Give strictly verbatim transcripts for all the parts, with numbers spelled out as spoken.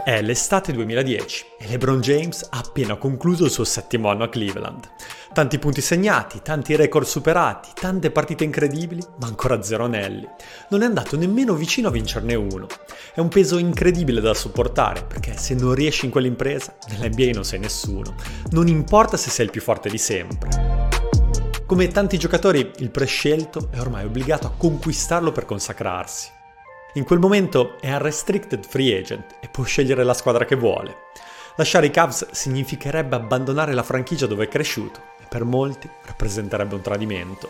È l'estate duemiladieci e LeBron James ha appena concluso il suo settimo anno a Cleveland. Tanti punti segnati, tanti record superati, tante partite incredibili, ma ancora zero anelli. Non è andato nemmeno vicino a vincerne uno. È un peso incredibile da sopportare, perché se non riesci in quell'impresa, nell'N B A non sei nessuno. Non importa se sei il più forte di sempre. Come tanti giocatori, il prescelto è ormai obbligato a conquistarlo per consacrarsi. In quel momento è un restricted free agent e può scegliere la squadra che vuole. Lasciare i Cavs significherebbe abbandonare la franchigia dove è cresciuto e per molti rappresenterebbe un tradimento.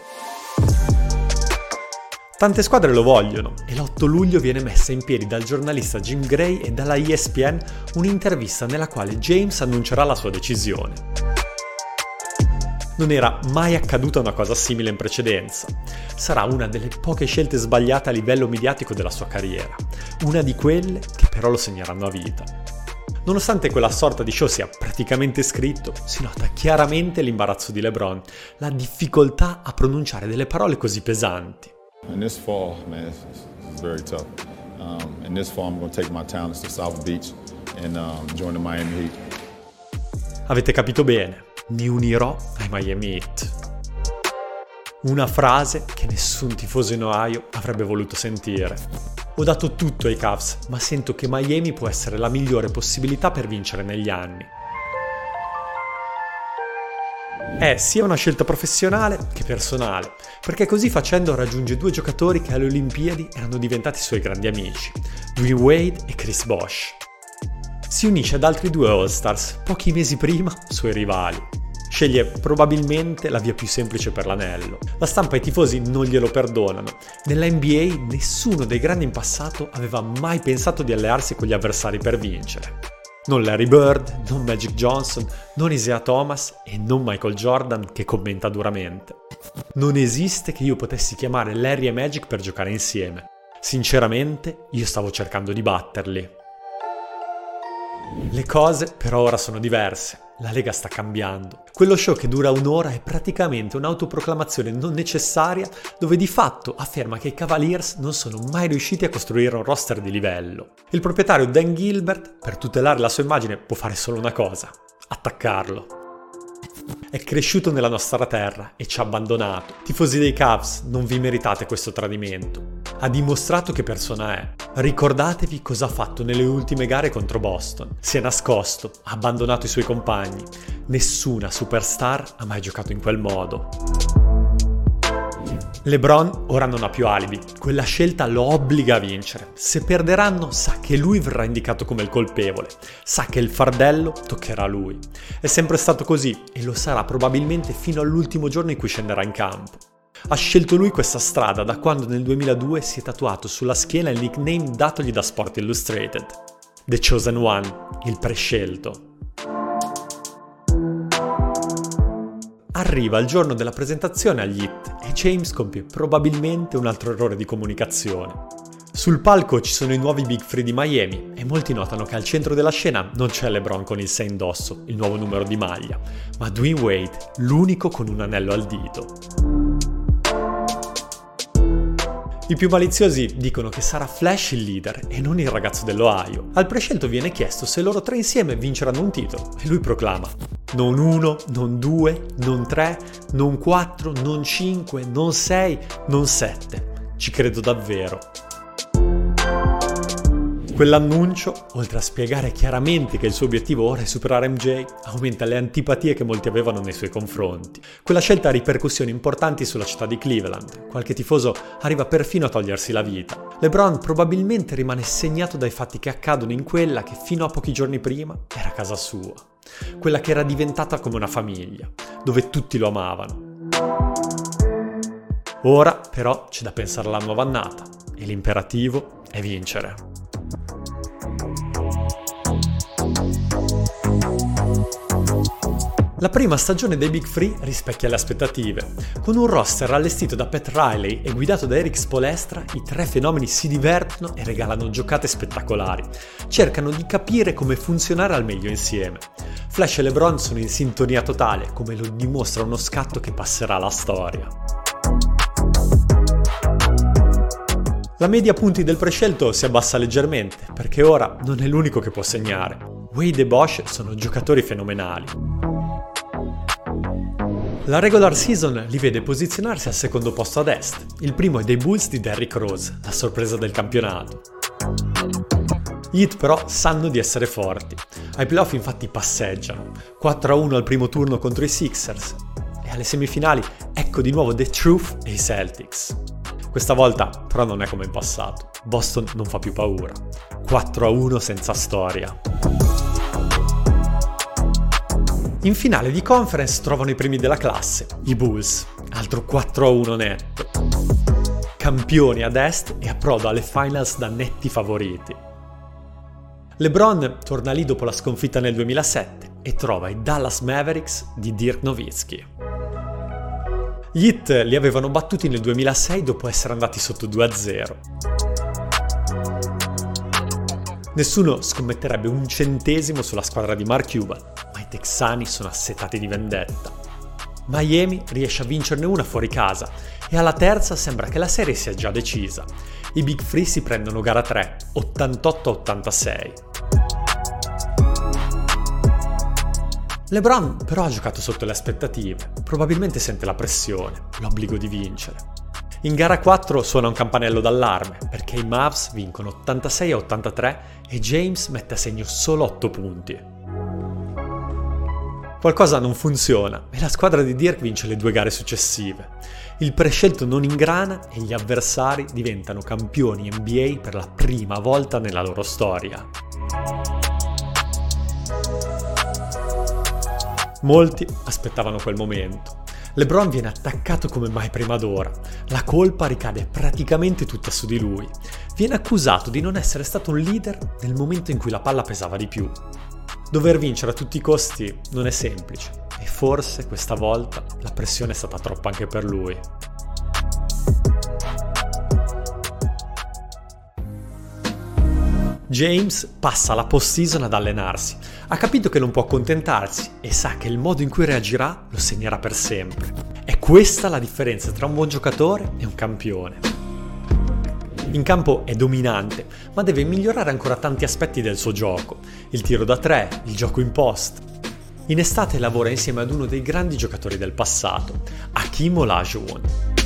Tante squadre lo vogliono e l'otto luglio viene messa in piedi dal giornalista Jim Gray e dalla E S P N un'intervista nella quale James annuncerà la sua decisione. Non era mai accaduta una cosa simile in precedenza. Sarà una delle poche scelte sbagliate a livello mediatico della sua carriera, una di quelle che però lo segneranno a vita. Nonostante quella sorta di show sia praticamente scritto, si nota chiaramente l'imbarazzo di LeBron, la difficoltà a pronunciare delle parole così pesanti. In this fall, man, it's, it's very tough. Um, in this fall, I'm going to take my talents to South Beach and um, join the Miami Heat. Avete capito bene. Mi unirò ai Miami Heat. Una frase che nessun tifoso in Ohio avrebbe voluto sentire. Ho dato tutto ai Cavs, ma sento che Miami può essere la migliore possibilità per vincere negli anni. È sia una scelta professionale che personale, perché così facendo raggiunge due giocatori che alle Olimpiadi erano diventati suoi grandi amici, Dwyane Wade e Chris Bosh. Si unisce ad altri due All-Stars, pochi mesi prima, suoi rivali. Sceglie probabilmente la via più semplice per l'anello. La stampa e i tifosi non glielo perdonano. Nella N B A nessuno dei grandi in passato aveva mai pensato di allearsi con gli avversari per vincere. Non Larry Bird, non Magic Johnson, non Isaiah Thomas e non Michael Jordan, che commenta duramente. Non esiste che io potessi chiamare Larry e Magic per giocare insieme. Sinceramente, io stavo cercando di batterli. Le cose però ora sono diverse, la Lega sta cambiando. Quello show che dura un'ora è praticamente un'autoproclamazione non necessaria dove di fatto afferma che i Cavaliers non sono mai riusciti a costruire un roster di livello. Il proprietario Dan Gilbert, per tutelare la sua immagine, può fare solo una cosa: attaccarlo. È cresciuto nella nostra terra e ci ha abbandonato. Tifosi dei Cavs, non vi meritate questo tradimento. Ha dimostrato che persona è. Ricordatevi cosa ha fatto nelle ultime gare contro Boston. Si è nascosto, ha abbandonato i suoi compagni. Nessuna superstar ha mai giocato in quel modo. LeBron ora non ha più alibi, quella scelta lo obbliga a vincere. Se perderanno sa che lui verrà indicato come il colpevole, sa che il fardello toccherà a lui. È sempre stato così e lo sarà probabilmente fino all'ultimo giorno in cui scenderà in campo. Ha scelto lui questa strada da quando nel duemiladue si è tatuato sulla schiena il nickname datogli da Sport Illustrated: The Chosen One, il prescelto. Arriva il giorno della presentazione agli Heat e James compie probabilmente un altro errore di comunicazione. Sul palco ci sono i nuovi Big Three di Miami e molti notano che al centro della scena non c'è LeBron con il sei indosso, il nuovo numero di maglia, ma Dwyane Wade, l'unico con un anello al dito. I più maliziosi dicono che sarà Flash il leader e non il ragazzo dell'Ohio. Al prescelto viene chiesto se loro tre insieme vinceranno un titolo e lui proclama: non uno, non due, non tre, non quattro, non cinque, non sei, non sette. Ci credo davvero. Quell'annuncio, oltre a spiegare chiaramente che il suo obiettivo ora è superare M J, aumenta le antipatie che molti avevano nei suoi confronti. Quella scelta ha ripercussioni importanti sulla città di Cleveland. Qualche tifoso arriva perfino a togliersi la vita. LeBron probabilmente rimane segnato dai fatti che accadono in quella che fino a pochi giorni prima era casa sua. Quella che era diventata come una famiglia, dove tutti lo amavano. Ora però c'è da pensare alla nuova annata e l'imperativo è vincere. La prima stagione dei Big Three rispecchia le aspettative. Con un roster allestito da Pat Riley e guidato da Eric Spoelstra, i tre fenomeni si divertono e regalano giocate spettacolari. Cercano di capire come funzionare al meglio insieme. Flash e LeBron sono in sintonia totale, come lo dimostra uno scatto che passerà alla storia. La media punti del prescelto si abbassa leggermente, perché ora non è l'unico che può segnare. Wade e Bosh sono giocatori fenomenali. La regular season li vede posizionarsi al secondo posto ad est. Il primo è dei Bulls di Derrick Rose, la sorpresa del campionato. Gli Heat però sanno di essere forti. Ai playoff infatti passeggiano. quattro a uno al primo turno contro i Sixers. E alle semifinali ecco di nuovo The Truth e i Celtics. Questa volta però non è come in passato. Boston non fa più paura. quattro a uno senza storia. In finale di conference trovano i primi della classe, i Bulls, altro quattro a uno netto. Campioni ad est e approdo alle finals da netti favoriti. LeBron torna lì dopo la sconfitta nel duemilasette e trova i Dallas Mavericks di Dirk Nowitzki. Gli Heat li avevano battuti nel duemilasei dopo essere andati sotto due a zero. Nessuno scommetterebbe un centesimo sulla squadra di Mark Cuban, ma i texani sono assetati di vendetta. Miami riesce a vincerne una fuori casa e alla terza sembra che la serie sia già decisa. I Big Three si prendono gara tre, ottantotto a ottantasei. LeBron però ha giocato sotto le aspettative, probabilmente sente la pressione, l'obbligo di vincere. In gara quattro suona un campanello d'allarme perché i Mavs vincono ottantasei a ottantatré e James mette a segno solo otto punti. Qualcosa non funziona e la squadra di Dirk vince le due gare successive. Il prescelto non ingrana e gli avversari diventano campioni N B A per la prima volta nella loro storia. Molti aspettavano quel momento. LeBron viene attaccato come mai prima d'ora. La colpa ricade praticamente tutta su di lui. Viene accusato di non essere stato un leader nel momento in cui la palla pesava di più. Dover vincere a tutti i costi non è semplice e forse questa volta la pressione è stata troppa anche per lui. James passa la post-season ad allenarsi. Ha capito che non può accontentarsi e sa che il modo in cui reagirà lo segnerà per sempre. È questa la differenza tra un buon giocatore e un campione. In campo è dominante, ma deve migliorare ancora tanti aspetti del suo gioco. Il tiro da tre, il gioco in post. In estate lavora insieme ad uno dei grandi giocatori del passato, Hakeem Olajuwon.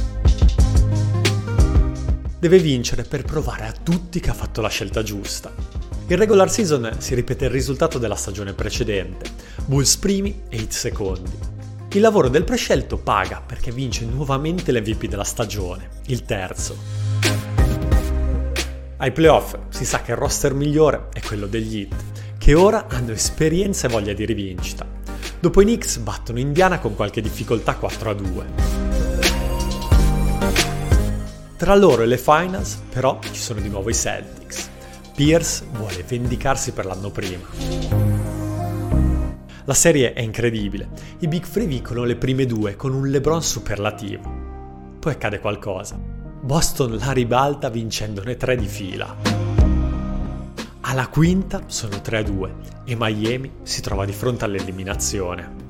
Deve vincere per provare a tutti che ha fatto la scelta giusta. In regular season si ripete il risultato della stagione precedente, Bulls primi e Heat secondi. Il lavoro del prescelto paga perché vince nuovamente l'M V P della stagione, il terzo. Ai playoff si sa che il roster migliore è quello degli Heat, che ora hanno esperienza e voglia di rivincita. Dopo i Knicks battono Indiana con qualche difficoltà quattro a due. Tra loro e le finals, però, ci sono di nuovo i Celtics. Pierce vuole vendicarsi per l'anno prima. La serie è incredibile. I Big Three vincono le prime due con un LeBron superlativo. Poi accade qualcosa. Boston la ribalta vincendone tre di fila. Alla quinta sono tre a due e Miami si trova di fronte all'eliminazione.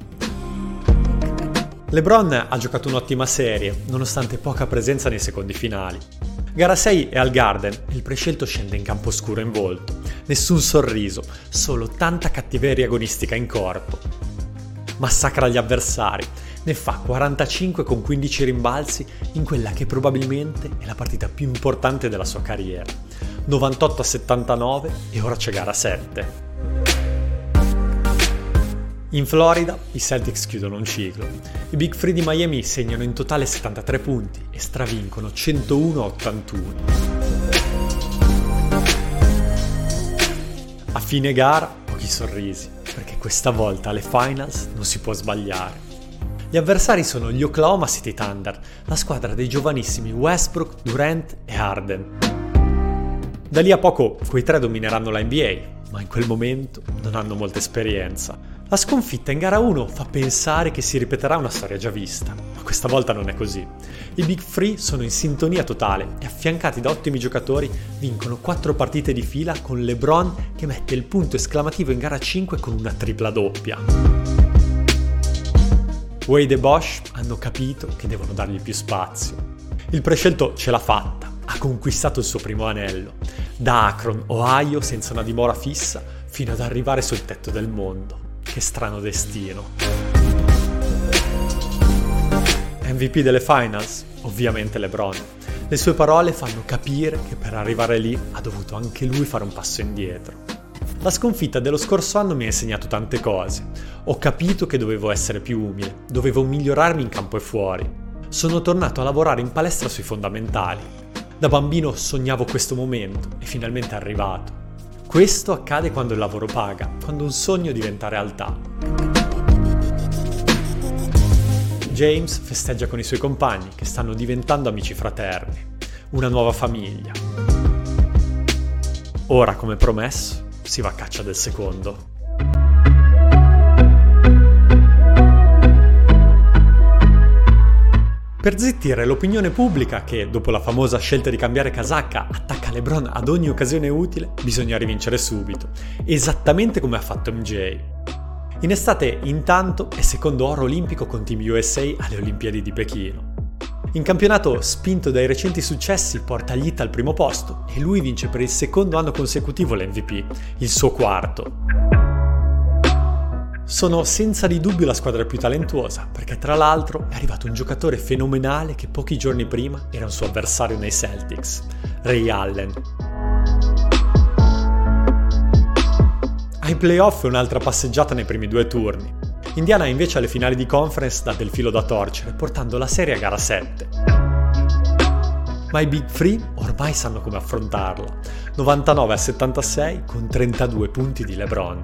LeBron ha giocato un'ottima serie, nonostante poca presenza nei secondi finali. Gara sei è al Garden e il prescelto scende in campo scuro in volto. Nessun sorriso, solo tanta cattiveria agonistica in corpo. Massacra gli avversari, ne fa quarantacinque con quindici rimbalzi in quella che probabilmente è la partita più importante della sua carriera. novantotto a settantanove e ora c'è gara sette. In Florida i Celtics chiudono un ciclo. I Big Three di Miami segnano in totale settantatré punti e stravincono centouno a ottantuno. A fine gara pochi sorrisi, perché questa volta alle finals non si può sbagliare. Gli avversari sono gli Oklahoma City Thunder, la squadra dei giovanissimi Westbrook, Durant e Harden. Da lì a poco quei tre domineranno la N B A, ma in quel momento non hanno molta esperienza. La sconfitta in gara uno fa pensare che si ripeterà una storia già vista, ma questa volta non è così. I Big Three sono in sintonia totale e affiancati da ottimi giocatori vincono quattro partite di fila con LeBron che mette il punto esclamativo in gara cinque con una tripla doppia. Wade e Bosh hanno capito che devono dargli più spazio. Il prescelto ce l'ha fatta, ha conquistato il suo primo anello, da Akron, Ohio, senza una dimora fissa, fino ad arrivare sul tetto del mondo. Che strano destino. M V P delle finals? Ovviamente LeBron. Le sue parole fanno capire che per arrivare lì ha dovuto anche lui fare un passo indietro. La sconfitta dello scorso anno mi ha insegnato tante cose. Ho capito che dovevo essere più umile, dovevo migliorarmi in campo e fuori. Sono tornato a lavorare in palestra sui fondamentali. Da bambino sognavo questo momento e finalmente è arrivato. Questo accade quando il lavoro paga, quando un sogno diventa realtà. James festeggia con i suoi compagni che stanno diventando amici fraterni, una nuova famiglia. Ora, come promesso, si va a caccia del secondo. Per zittire l'opinione pubblica che, dopo la famosa scelta di cambiare casacca, attacca LeBron ad ogni occasione utile, bisogna rivincere subito, esattamente come ha fatto M J. In estate, intanto, è secondo oro olimpico con Team U S A alle Olimpiadi di Pechino. In campionato, spinto dai recenti successi, porta gli Heat al primo posto e lui vince per il secondo anno consecutivo l'M V P, il suo quarto. Sono senza di dubbio la squadra più talentuosa, perché tra l'altro è arrivato un giocatore fenomenale che pochi giorni prima era un suo avversario nei Celtics, Ray Allen. Ai playoff è un'altra passeggiata nei primi due turni. Indiana invece alle finali di conference dà del filo da torcere, portando la serie a gara sette. Ma i Big Three ormai sanno come affrontarla, novantanove a settantasei con trentadue punti di LeBron.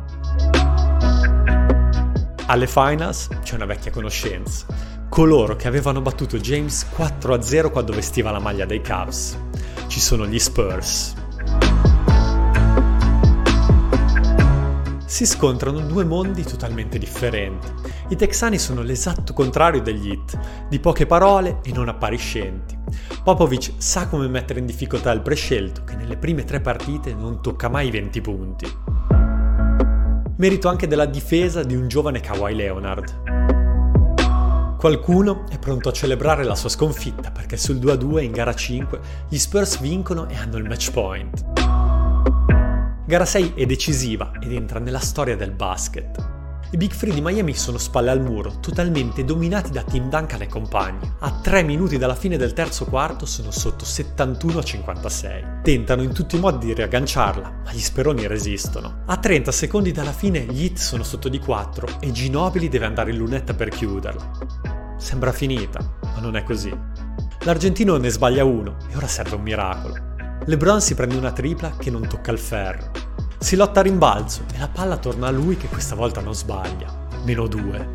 Alle finals c'è una vecchia conoscenza, coloro che avevano battuto James quattro a zero quando vestiva la maglia dei Cavs. Ci sono gli Spurs. Si scontrano due mondi totalmente differenti. I texani sono l'esatto contrario degli Heat, di poche parole e non appariscenti. Popovich sa come mettere in difficoltà il prescelto, che nelle prime tre partite non tocca mai i venti punti. Merito anche della difesa di un giovane Kawhi Leonard. Qualcuno è pronto a celebrare la sua sconfitta perché sul due a due in gara cinque gli Spurs vincono e hanno il match point. Gara sei è decisiva ed entra nella storia del basket. I Big Three di Miami sono spalle al muro, totalmente dominati da Tim Duncan e compagni. A tre minuti dalla fine del terzo quarto sono sotto settantuno a cinquantasei. Tentano in tutti i modi di riagganciarla, ma gli speroni resistono. A trenta secondi dalla fine gli Heat sono sotto di quattro e Ginobili deve andare in lunetta per chiuderla. Sembra finita, ma non è così. L'argentino ne sbaglia uno e ora serve un miracolo. LeBron si prende una tripla che non tocca il ferro. Si lotta a rimbalzo e la palla torna a lui che questa volta non sbaglia. Meno due.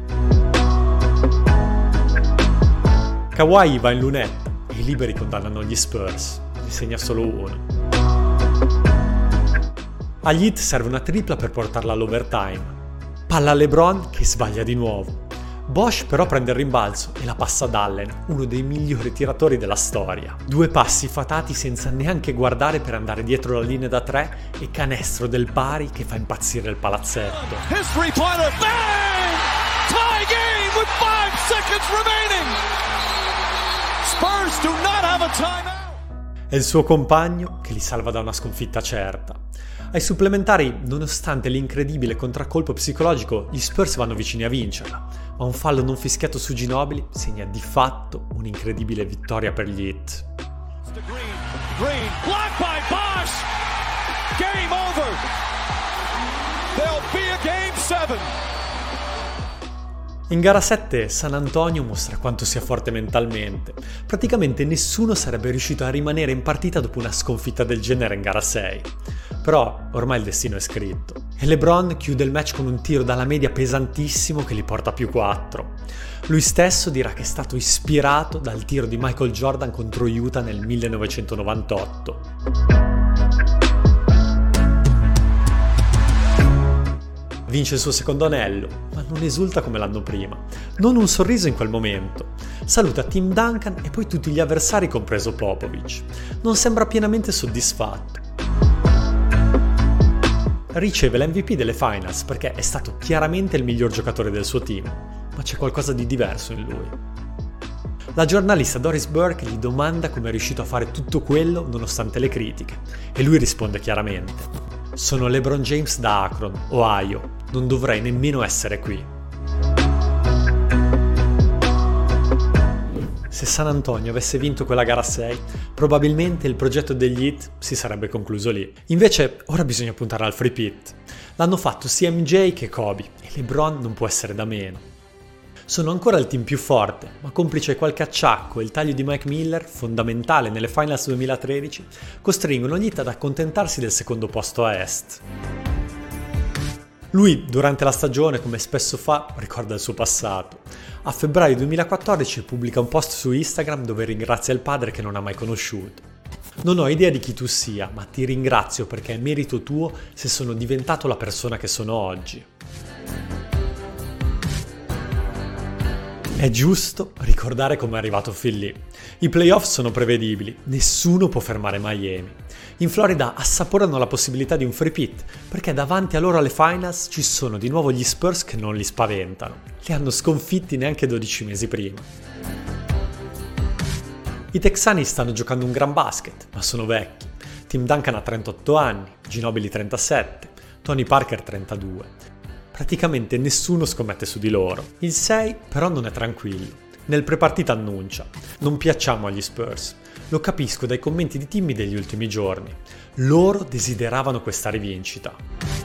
Kawhi va in lunetta e i liberi condannano gli Spurs. Ne segna solo uno. Agli Heat serve una tripla per portarla all'overtime. Palla a LeBron che sbaglia di nuovo. Bosh però prende il rimbalzo e la passa ad Allen, uno dei migliori tiratori della storia. Due passi fatati senza neanche guardare per andare dietro la linea da tre e canestro del pari che fa impazzire il palazzetto. His three-pointer, bang! Tie game with five seconds remaining. Spurs do not have a timeout. È il suo compagno che li salva da una sconfitta certa. Ai supplementari, nonostante l'incredibile contraccolpo psicologico, gli Spurs vanno vicini a vincerla, ma un fallo non fischiato su Ginobili segna di fatto un'incredibile vittoria per gli Heat. Green, Green, blocked by Bosh. Game over. There'll be a game seven. In gara sette San Antonio mostra quanto sia forte mentalmente. Praticamente nessuno sarebbe riuscito a rimanere in partita dopo una sconfitta del genere in gara sei. Però ormai il destino è scritto. E LeBron chiude il match con un tiro dalla media pesantissimo che li porta a più quattro. Lui stesso dirà che è stato ispirato dal tiro di Michael Jordan contro Utah nel millenovecentonovantotto. Vince il suo secondo anello, ma non esulta come l'anno prima. Non un sorriso in quel momento. Saluta Tim Duncan e poi tutti gli avversari, compreso Popovich. Non sembra pienamente soddisfatto. Riceve l'M V P delle finals perché è stato chiaramente il miglior giocatore del suo team, ma c'è qualcosa di diverso in lui. La giornalista Doris Burke gli domanda come è riuscito a fare tutto quello nonostante le critiche e lui risponde chiaramente: sono LeBron James da Akron, Ohio, non dovrei nemmeno essere qui. Se San Antonio avesse vinto quella gara sei, probabilmente il progetto degli Heat si sarebbe concluso lì. Invece ora bisogna puntare al free pit. L'hanno fatto sia M J che Kobe e LeBron non può essere da meno. Sono ancora il team più forte, ma complice qualche acciacco e il taglio di Mike Miller, fondamentale nelle Finals duemilatredici, costringono gli Heat ad accontentarsi del secondo posto a est. Lui, durante la stagione, come spesso fa, ricorda il suo passato. A febbraio duemilaquattordici pubblica un post su Instagram dove ringrazia il padre che non ha mai conosciuto. Non ho idea di chi tu sia, ma ti ringrazio perché è merito tuo se sono diventato la persona che sono oggi. È giusto ricordare come è arrivato fin lì. I playoff sono prevedibili, nessuno può fermare Miami. In Florida assaporano la possibilità di un free pit, perché davanti a loro alle finals ci sono di nuovo gli Spurs che non li spaventano. Li hanno sconfitti neanche dodici mesi prima. I texani stanno giocando un gran basket, ma sono vecchi. Tim Duncan ha trentotto anni, Ginobili trentasette, Tony Parker trentadue. Praticamente nessuno scommette su di loro. Il sei però non è tranquillo. Nel prepartita annuncia: non piacciamo agli Spurs. Lo capisco dai commenti di Timmy degli ultimi giorni. Loro desideravano questa rivincita.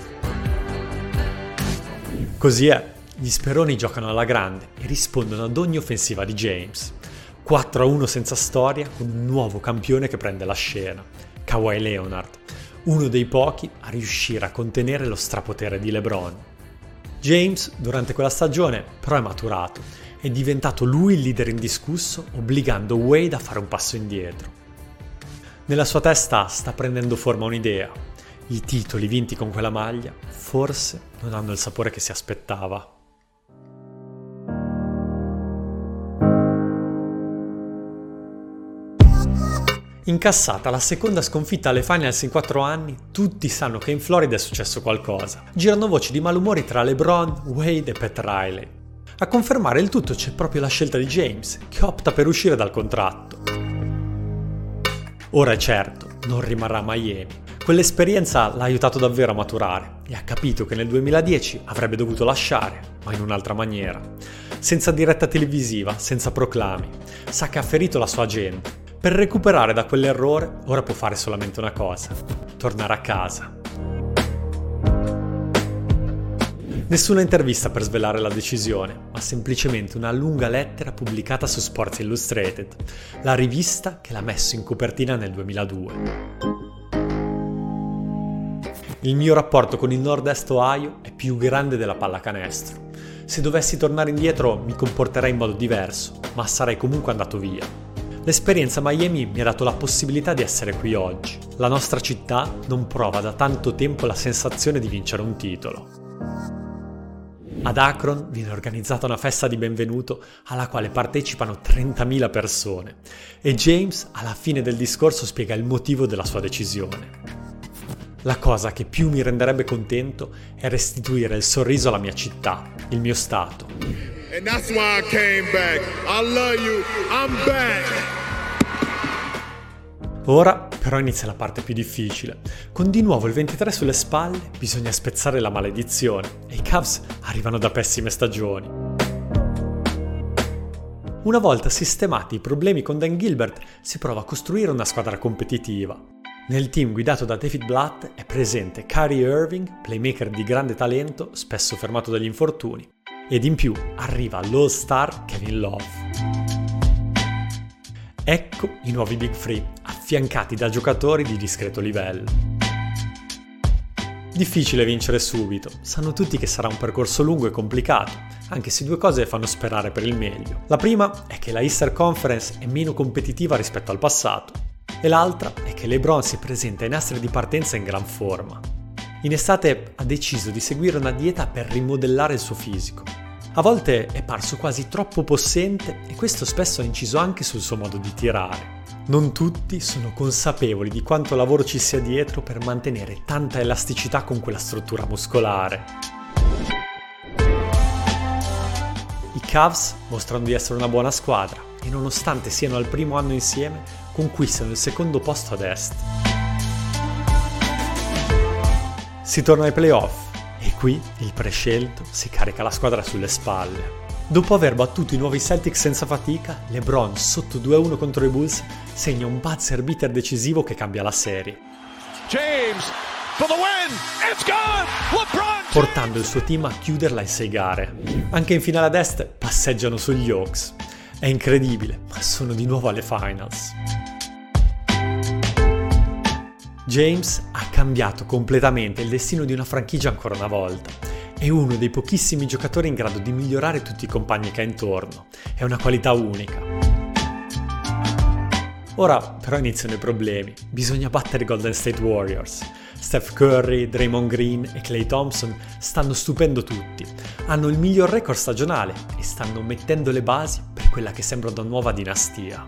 Così è. Gli speroni giocano alla grande e rispondono ad ogni offensiva di James. quattro a uno senza storia con un nuovo campione che prende la scena, Kawhi Leonard, uno dei pochi a riuscire a contenere lo strapotere di LeBron. James, durante quella stagione, però è maturato, è diventato lui il leader indiscusso, obbligando Wade a fare un passo indietro. Nella sua testa sta prendendo forma un'idea. I titoli vinti con quella maglia forse non hanno il sapore che si aspettava. Incassata la seconda sconfitta alle finals in quattro anni, tutti sanno che in Florida è successo qualcosa. Girano voci di malumori tra LeBron, Wade e Pat Riley. A confermare il tutto c'è proprio la scelta di James, che opta per uscire dal contratto. Ora è certo, non rimarrà a Miami. Quell'esperienza l'ha aiutato davvero a maturare e ha capito che nel duemiladieci avrebbe dovuto lasciare, ma in un'altra maniera. Senza diretta televisiva, senza proclami. Sa che ha ferito la sua gente. Per recuperare da quell'errore, ora può fare solamente una cosa: tornare a casa. Nessuna intervista per svelare la decisione, ma semplicemente una lunga lettera pubblicata su Sports Illustrated, la rivista che l'ha messo in copertina nel duemiladue. Il mio rapporto con il Nord-Est Ohio è più grande della pallacanestro. Se dovessi tornare indietro mi comporterei in modo diverso, ma sarei comunque andato via. L'esperienza Miami mi ha dato la possibilità di essere qui oggi. La nostra città non prova da tanto tempo la sensazione di vincere un titolo. Ad Akron viene organizzata una festa di benvenuto alla quale partecipano trentamila persone e James alla fine del discorso spiega il motivo della sua decisione. La cosa che più mi renderebbe contento è restituire il sorriso alla mia città, il mio stato. And that's why I came back. I love you. I'm back. Ora però inizia la parte più difficile. Con di nuovo il ventitré sulle spalle bisogna spezzare la maledizione e i Cavs arrivano da pessime stagioni. Una volta sistemati i problemi con Dan Gilbert si prova a costruire una squadra competitiva. Nel team guidato da David Blatt è presente Kyrie Irving, playmaker di grande talento, spesso fermato dagli infortuni, ed in più arriva l'All-Star Kevin Love. Ecco i nuovi Big Three, affiancati da giocatori di discreto livello. Difficile vincere subito, sanno tutti che sarà un percorso lungo e complicato, anche se due cose fanno sperare per il meglio. La prima è che la Eastern Conference è meno competitiva rispetto al passato, e l'altra è che LeBron si presenta in nastri di partenza in gran forma. In estate ha deciso di seguire una dieta per rimodellare il suo fisico. A volte è parso quasi troppo possente e questo spesso ha inciso anche sul suo modo di tirare. Non tutti sono consapevoli di quanto lavoro ci sia dietro per mantenere tanta elasticità con quella struttura muscolare. I Cavs mostrano di essere una buona squadra e nonostante siano al primo anno insieme, conquistano il secondo posto ad est. Si torna ai playoff e qui il prescelto si carica la squadra sulle spalle. Dopo aver battuto i nuovi Celtics senza fatica, LeBron sotto due a uno contro i Bulls segna un buzzer beater decisivo che cambia la serie. James for the win. It's gone. LeBron Portando il suo team a chiuderla in sei gare. Anche in finale ad est passeggiano sugli Hawks. È incredibile, ma sono di nuovo alle finals. James ha cambiato completamente il destino di una franchigia ancora una volta. È uno dei pochissimi giocatori in grado di migliorare tutti i compagni che ha intorno. È una qualità unica. Ora però iniziano i problemi. Bisogna battere i Golden State Warriors. Steph Curry, Draymond Green e Klay Thompson stanno stupendo tutti. Hanno il miglior record stagionale e stanno mettendo le basi per quella che sembra una nuova dinastia.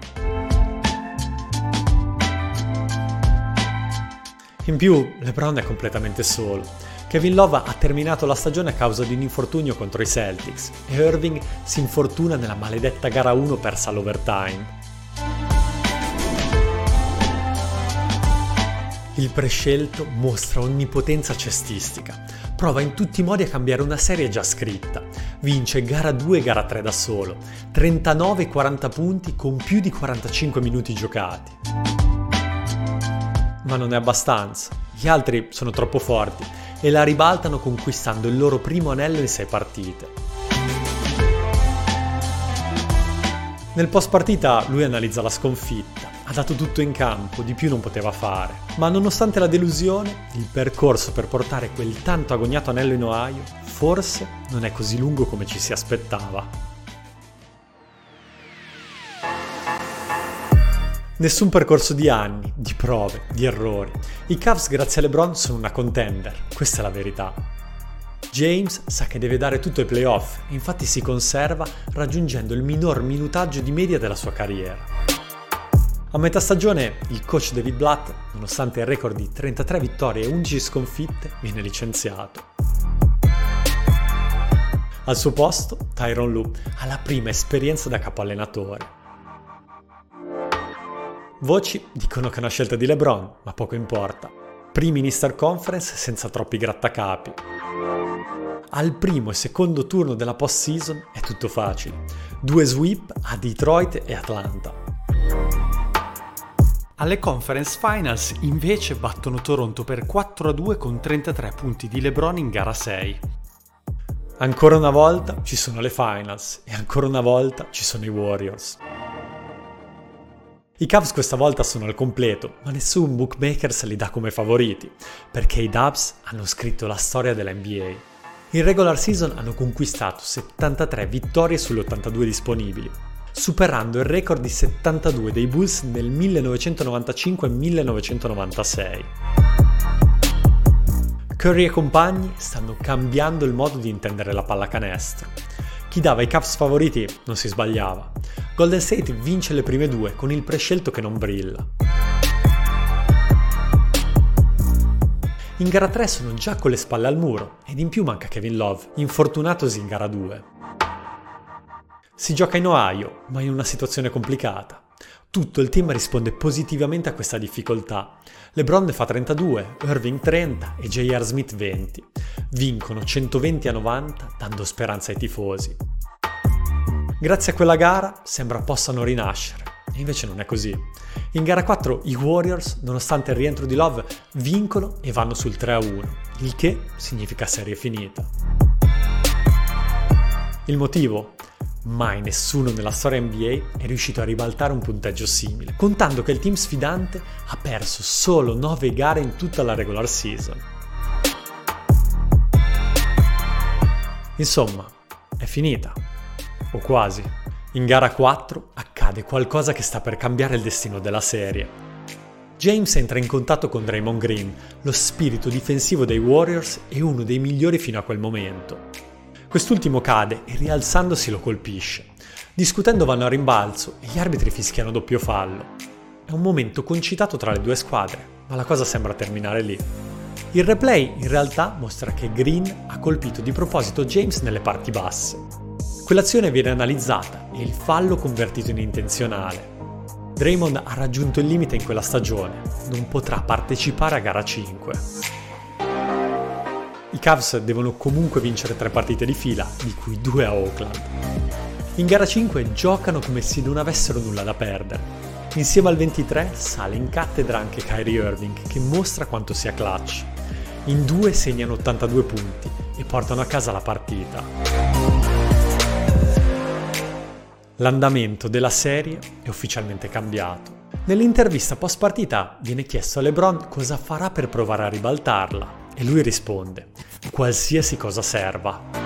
In più, LeBron è completamente solo. Kevin Love ha terminato la stagione a causa di un infortunio contro i Celtics e Irving si infortuna nella maledetta gara uno persa all'overtime. Il prescelto mostra onnipotenza cestistica, prova in tutti i modi a cambiare una serie già scritta, vince gara due e gara tre da solo, trentanove quaranta punti con più di quarantacinque minuti giocati. Ma non è abbastanza, gli altri sono troppo forti e la ribaltano conquistando il loro primo anello in sei partite. Nel post partita lui analizza la sconfitta, ha dato tutto in campo, di più non poteva fare, ma nonostante la delusione, il percorso per portare quel tanto agognato anello in Ohio forse non è così lungo come ci si aspettava. Nessun percorso di anni, di prove, di errori. I Cavs grazie a LeBron sono una contender, questa è la verità. James sa che deve dare tutto ai playoff e infatti si conserva raggiungendo il minor minutaggio di media della sua carriera. A metà stagione il coach David Blatt, nonostante il record di trentatré vittorie e undici sconfitte, viene licenziato. Al suo posto, Tyronn Lue ha la prima esperienza da capo allenatore. Voci dicono che è una scelta di LeBron, ma poco importa. Primi in Eastern Conference senza troppi grattacapi. Al primo e secondo turno della post-season è tutto facile. Due sweep a Detroit e Atlanta. Alle Conference Finals invece battono Toronto per quattro a due con trentatré punti di LeBron in gara sei. Ancora una volta ci sono le Finals e ancora una volta ci sono i Warriors. I Cavs questa volta sono al completo, ma nessun bookmakers li dà come favoriti, perché i Dubs hanno scritto la storia della N B A. In regular season hanno conquistato settantatré vittorie sulle ottantadue disponibili, superando il record di settantadue dei Bulls nel millenovecentonovantacinque millenovecentonovantasei. Curry e compagni stanno cambiando il modo di intendere la pallacanestro. Chi dava i Cavs favoriti non si sbagliava. Golden State vince le prime due con il prescelto che non brilla. In gara tre sono già con le spalle al muro ed in più manca Kevin Love, infortunatosi in gara due. Si gioca in Ohio, ma in una situazione complicata. Tutto il team risponde positivamente a questa difficoltà. LeBron ne fa trentadue, Irving trenta e J R. Smith venti. Vincono centoventi a novanta, dando speranza ai tifosi. Grazie a quella gara sembra possano rinascere, e invece non è così. In gara quattro i Warriors, nonostante il rientro di Love, vincono e vanno sul tre a uno, il che significa serie finita. Il motivo? Mai nessuno nella storia N B A è riuscito a ribaltare un punteggio simile, contando che il team sfidante ha perso solo nove gare in tutta la regular season. Insomma, è finita. O quasi. In gara quattro accade qualcosa che sta per cambiare il destino della serie. James entra in contatto con Draymond Green, lo spirito difensivo dei Warriors e uno dei migliori fino a quel momento. Quest'ultimo cade e rialzandosi lo colpisce. Discutendo vanno a rimbalzo e gli arbitri fischiano doppio fallo. È un momento concitato tra le due squadre, ma la cosa sembra terminare lì. Il replay in realtà mostra che Green ha colpito di proposito James nelle parti basse. Quell'azione viene analizzata e il fallo convertito in intenzionale. Draymond ha raggiunto il limite in quella stagione, non potrà partecipare a gara cinque. I Cavs devono comunque vincere tre partite di fila, di cui due a Oakland. In gara cinque giocano come se non avessero nulla da perdere. Insieme al ventitré sale in cattedra anche Kyrie Irving, che mostra quanto sia clutch. In due segnano ottantadue punti e portano a casa la partita. L'andamento della serie è ufficialmente cambiato. Nell'intervista post partita viene chiesto a LeBron cosa farà per provare a ribaltarla e lui risponde: qualsiasi cosa serva.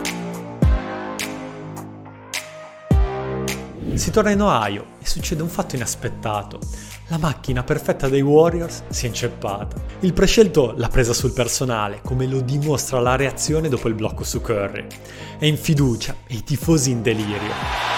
Si torna in Ohio e succede un fatto inaspettato. La macchina perfetta dei Warriors si è inceppata. Il prescelto l'ha presa sul personale, come lo dimostra la reazione dopo il blocco su Curry. È in fiducia e i tifosi in delirio.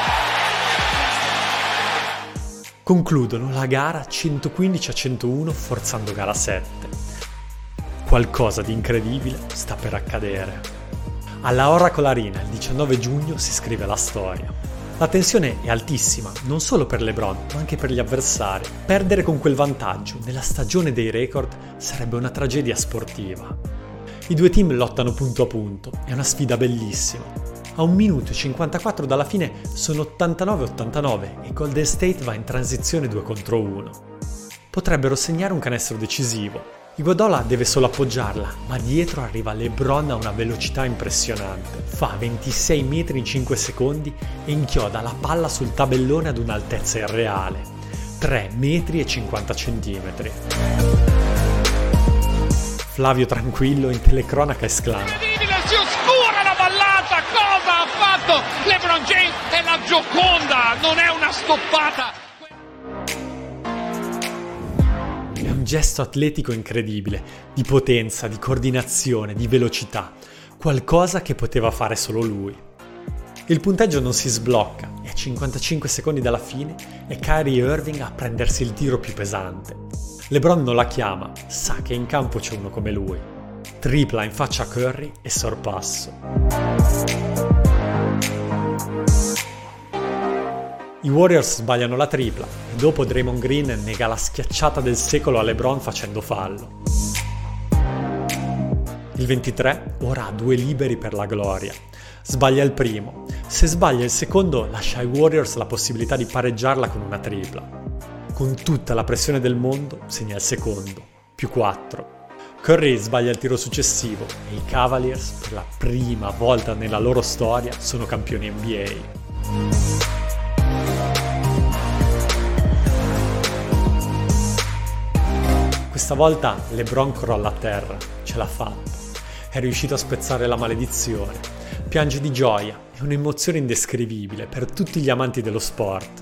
Concludono la gara centoquindici a centouno forzando gara sette. Qualcosa di incredibile sta per accadere. Alla Oracle Arena il diciannove giugno si scrive la storia. La tensione è altissima, non solo per LeBron, ma anche per gli avversari. Perdere con quel vantaggio nella stagione dei record sarebbe una tragedia sportiva. I due team lottano punto a punto, è una sfida bellissima. A un minuto e cinquantaquattro dalla fine sono ottantanove a ottantanove e Golden State va in transizione due contro uno. Potrebbero segnare un canestro decisivo. Iguodala deve solo appoggiarla, ma dietro arriva LeBron a una velocità impressionante. Fa ventisei metri in cinque secondi e inchioda la palla sul tabellone ad un'altezza irreale. tre metri e cinquanta centimetri. Flavio tranquillo in telecronaca esclama: Incredibile, si oscura la ballata, cosa ha fatto LeBron James? È la Gioconda, non è una stoppata. È un gesto atletico incredibile, di potenza, di coordinazione, di velocità, qualcosa che poteva fare solo lui. Il punteggio non si sblocca e a cinquantacinque secondi dalla fine è Kyrie Irving a prendersi il tiro più pesante. LeBron non la chiama, sa che in campo c'è uno come lui. Tripla in faccia a Curry e sorpasso. I Warriors sbagliano la tripla e dopo Draymond Green nega la schiacciata del secolo a LeBron facendo fallo. Il ventitré ora ha due liberi per la gloria. Sbaglia il primo. Se sbaglia il secondo lascia ai Warriors la possibilità di pareggiarla con una tripla. Con tutta la pressione del mondo segna il secondo, più quattro. Curry sbaglia il tiro successivo e i Cavaliers per la prima volta nella loro storia sono campioni N B A. Questa volta LeBron crolla a terra, ce l'ha fatta. È riuscito a spezzare la maledizione. Piange di gioia, è un'emozione indescrivibile per tutti gli amanti dello sport.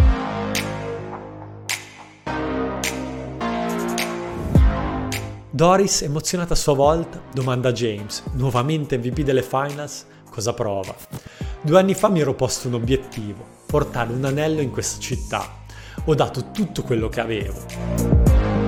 Doris, emozionata a sua volta, domanda a James, nuovamente M V P delle Finals, cosa prova. Due anni fa mi ero posto un obiettivo, portare un anello in questa città. Ho dato tutto quello che avevo.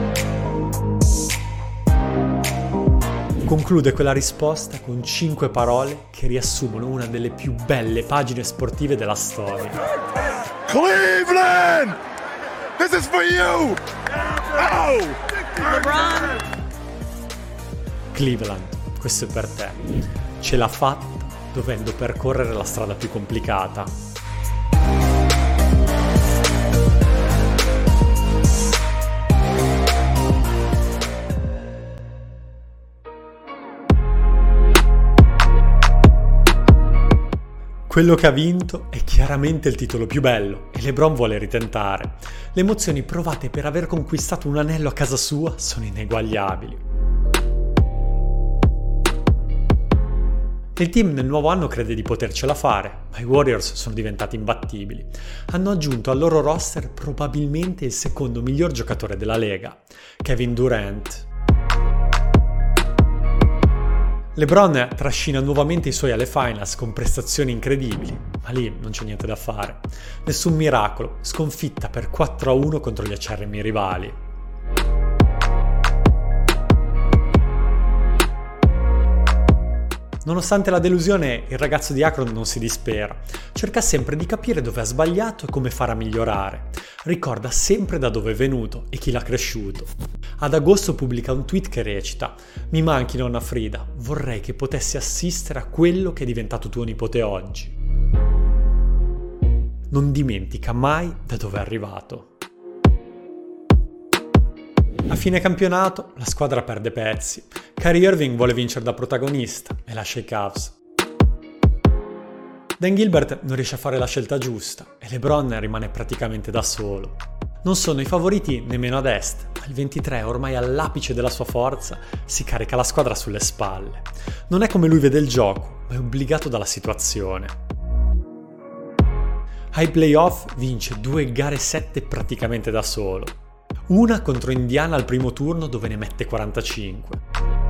Conclude quella risposta con cinque parole che riassumono una delle più belle pagine sportive della storia. Cleveland! This is for you! Oh! LeBron! Cleveland, questo è per te. Ce l'ha fatta dovendo percorrere la strada più complicata. Quello che ha vinto è chiaramente il titolo più bello e LeBron vuole ritentare. Le emozioni provate per aver conquistato un anello a casa sua sono ineguagliabili. Il team nel nuovo anno crede di potercela fare, ma i Warriors sono diventati imbattibili. Hanno aggiunto al loro roster probabilmente il secondo miglior giocatore della Lega, Kevin Durant. LeBron trascina nuovamente i suoi alle finals con prestazioni incredibili, ma lì non c'è niente da fare. Nessun miracolo, sconfitta per quattro a uno contro gli acerrimi rivali. Nonostante la delusione, il ragazzo di Akron non si dispera. Cerca sempre di capire dove ha sbagliato e come farà migliorare. Ricorda sempre da dove è venuto e chi l'ha cresciuto. Ad agosto pubblica un tweet che recita: "Mi manchi, nonna Frida, vorrei che potessi assistere a quello che è diventato tuo nipote oggi." Non dimentica mai da dove è arrivato. A fine campionato la squadra perde pezzi. Kyrie Irving vuole vincere da protagonista e lascia i Cavs. Dan Gilbert non riesce a fare la scelta giusta e LeBron rimane praticamente da solo. Non sono i favoriti nemmeno ad est, ma il ventitré, ormai all'apice della sua forza, si carica la squadra sulle spalle. Non è come lui vede il gioco, ma è obbligato dalla situazione. Ai playoff vince due gare sette praticamente da solo. Una contro Indiana al primo turno dove ne mette quarantacinque.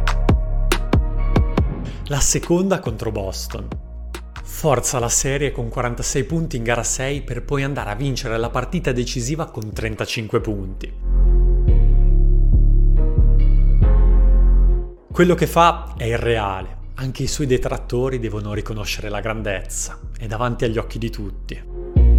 La seconda contro Boston. Forza la serie con quarantasei punti in gara sei per poi andare a vincere la partita decisiva con trentacinque punti. Quello che fa è irreale. Anche i suoi detrattori devono riconoscere la grandezza. È davanti agli occhi di tutti.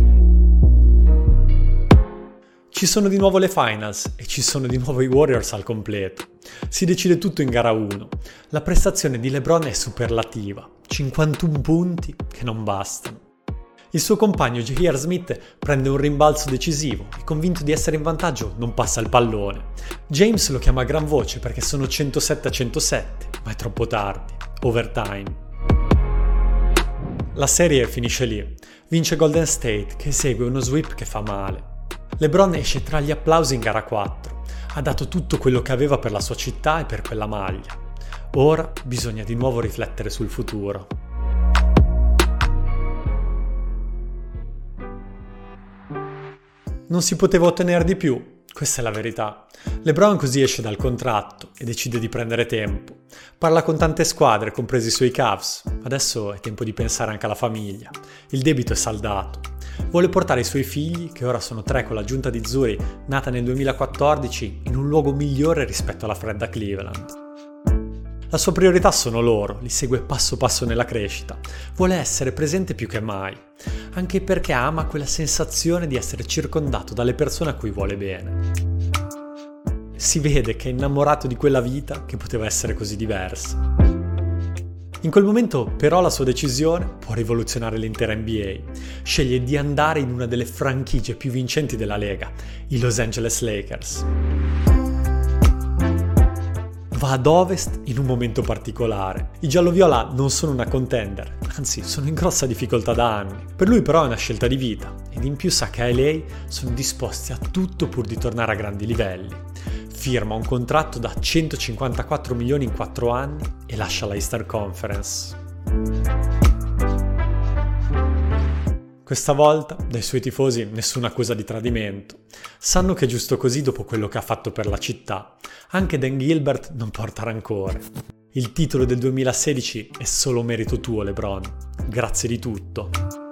Ci sono di nuovo le finals e ci sono di nuovo i Warriors al completo. Si decide tutto in gara uno. La prestazione di LeBron è superlativa, cinquantuno punti che non bastano. Il suo compagno J R. Smith prende un rimbalzo decisivo e, convinto di essere in vantaggio, non passa il pallone. James lo chiama a gran voce perché sono centosette a centosette, ma è troppo tardi. Overtime. La serie finisce lì. Vince Golden State, che esegue uno sweep che fa male. LeBron esce tra gli applausi in gara quattro. Ha dato tutto quello che aveva per la sua città e per quella maglia. Ora bisogna di nuovo riflettere sul futuro. Non si poteva ottenere di più, questa è la verità. LeBron così esce dal contratto e decide di prendere tempo. Parla con tante squadre, compresi i suoi Cavs. Adesso è tempo di pensare anche alla famiglia. Il debito è saldato. Vuole portare i suoi figli, che ora sono tre con la giunta di Zuri, nata nel duemilaquattordici, in un luogo migliore rispetto alla fredda Cleveland. La sua priorità sono loro, li segue passo passo nella crescita. Vuole essere presente più che mai, anche perché ama quella sensazione di essere circondato dalle persone a cui vuole bene. Si vede che è innamorato di quella vita che poteva essere così diversa. In quel momento però la sua decisione può rivoluzionare l'intera N B A. Sceglie di andare in una delle franchigie più vincenti della Lega, i Los Angeles Lakers. Va ad ovest in un momento particolare. I gialloviola non sono una contender, anzi sono in grossa difficoltà da anni. Per lui però è una scelta di vita ed in più sa che a L A sono disposti a tutto pur di tornare a grandi livelli. Firma un contratto da centocinquantaquattro milioni in quattro anni e lascia la Eastern Conference. Questa volta dai suoi tifosi nessuna accusa di tradimento. Sanno che è giusto così dopo quello che ha fatto per la città. Anche Dan Gilbert non porta rancore. Il titolo del duemilasedici è solo merito tuo, LeBron. Grazie di tutto.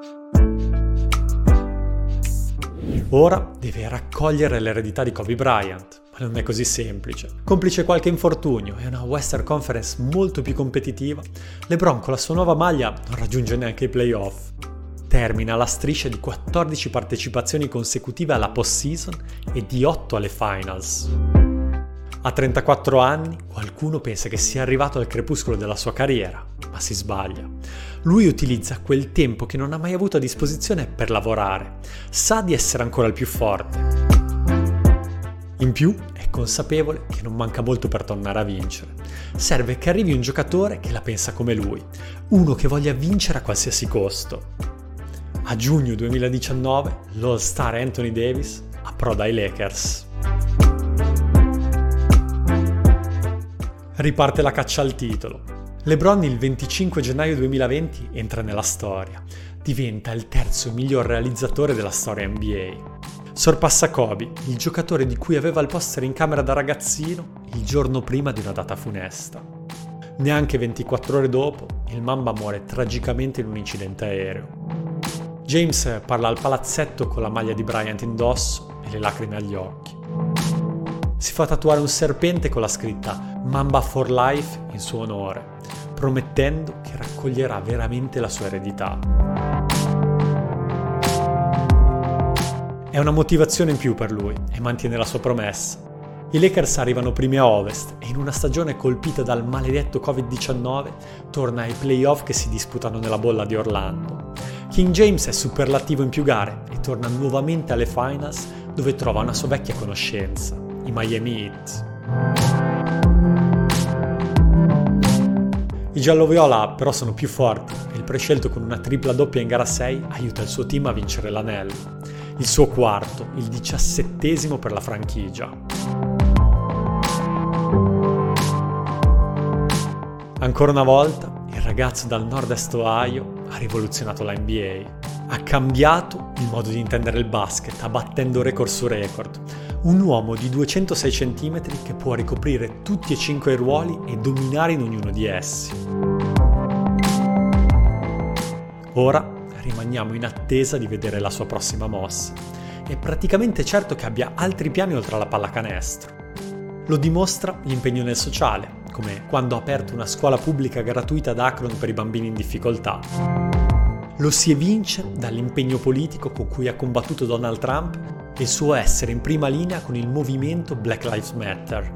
Ora deve raccogliere l'eredità di Kobe Bryant. Ma non è così semplice. Complice qualche infortunio e una Western Conference molto più competitiva, LeBron con la sua nuova maglia non raggiunge neanche i playoff. Termina la striscia di quattordici partecipazioni consecutive alla postseason e di otto alle finals. A trentaquattro anni qualcuno pensa che sia arrivato al crepuscolo della sua carriera, ma si sbaglia. Lui utilizza quel tempo che non ha mai avuto a disposizione per lavorare. Sa di essere ancora il più forte. In più è consapevole che non manca molto per tornare a vincere. Serve che arrivi un giocatore che la pensa come lui, uno che voglia vincere a qualsiasi costo. A giugno duemiladiciannove l'All-Star Anthony Davis approda ai Lakers. Riparte la caccia al titolo. LeBron il venticinque gennaio duemilaventi entra nella storia. Diventa il terzo miglior realizzatore della storia N B A. Sorpassa Kobe, il giocatore di cui aveva il poster in camera da ragazzino il giorno prima di una data funesta. Neanche ventiquattro ore dopo, il Mamba muore tragicamente in un incidente aereo. James parla al palazzetto con la maglia di Bryant indosso e le lacrime agli occhi. Si fa tatuare un serpente con la scritta Mamba for Life in suo onore. promettendo che raccoglierà veramente la sua eredità. È una motivazione in più per lui e mantiene la sua promessa. I Lakers arrivano primi a Ovest e in una stagione colpita dal maledetto covid diciannove torna ai playoff che si disputano nella bolla di Orlando. King James è superlativo in più gare e torna nuovamente alle finals dove trova una sua vecchia conoscenza, i Miami Heat. I giallo-viola però sono più forti e il prescelto con una tripla doppia in gara sei aiuta il suo team a vincere l'anello, il suo quarto, il diciassettesimo per la franchigia. Ancora una volta, il ragazzo dal nord-est Ohio ha rivoluzionato la N B A. Ha cambiato il modo di intendere il basket, abbattendo record su record. Un uomo di duecentosei centimetri che può ricoprire tutti e cinque i ruoli e dominare in ognuno di essi. Ora rimaniamo in attesa di vedere la sua prossima mossa. È praticamente certo che abbia altri piani oltre alla pallacanestro. Lo dimostra l'impegno nel sociale, come quando ha aperto una scuola pubblica gratuita ad Akron per i bambini in difficoltà. Lo si evince dall'impegno politico con cui ha combattuto Donald Trump e il suo essere in prima linea con il movimento Black Lives Matter.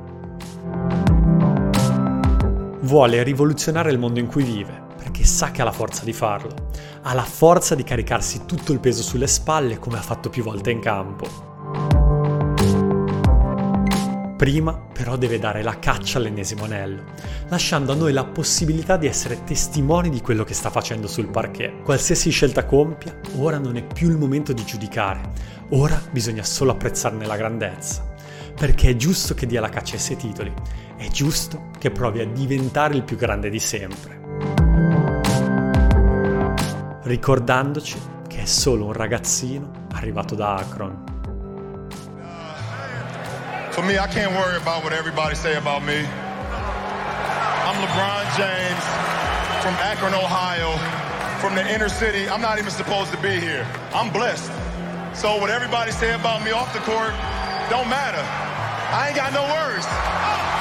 Vuole rivoluzionare il mondo in cui vive, perché sa che ha la forza di farlo. Ha la forza di caricarsi tutto il peso sulle spalle come ha fatto più volte in campo. Prima però deve dare la caccia all'ennesimo anello, lasciando a noi la possibilità di essere testimoni di quello che sta facendo sul parquet. Qualsiasi scelta compia, ora non è più il momento di giudicare, ora bisogna solo apprezzarne la grandezza, perché è giusto che dia la caccia ai suoi titoli, è giusto che provi a diventare il più grande di sempre, ricordandoci che è solo un ragazzino arrivato da Akron. For me, I can't worry about what everybody say about me. I'm LeBron James from Akron, Ohio, from the inner city. I'm not even supposed to be here. I'm blessed. So what everybody say about me off the court don't matter. I ain't got no worries.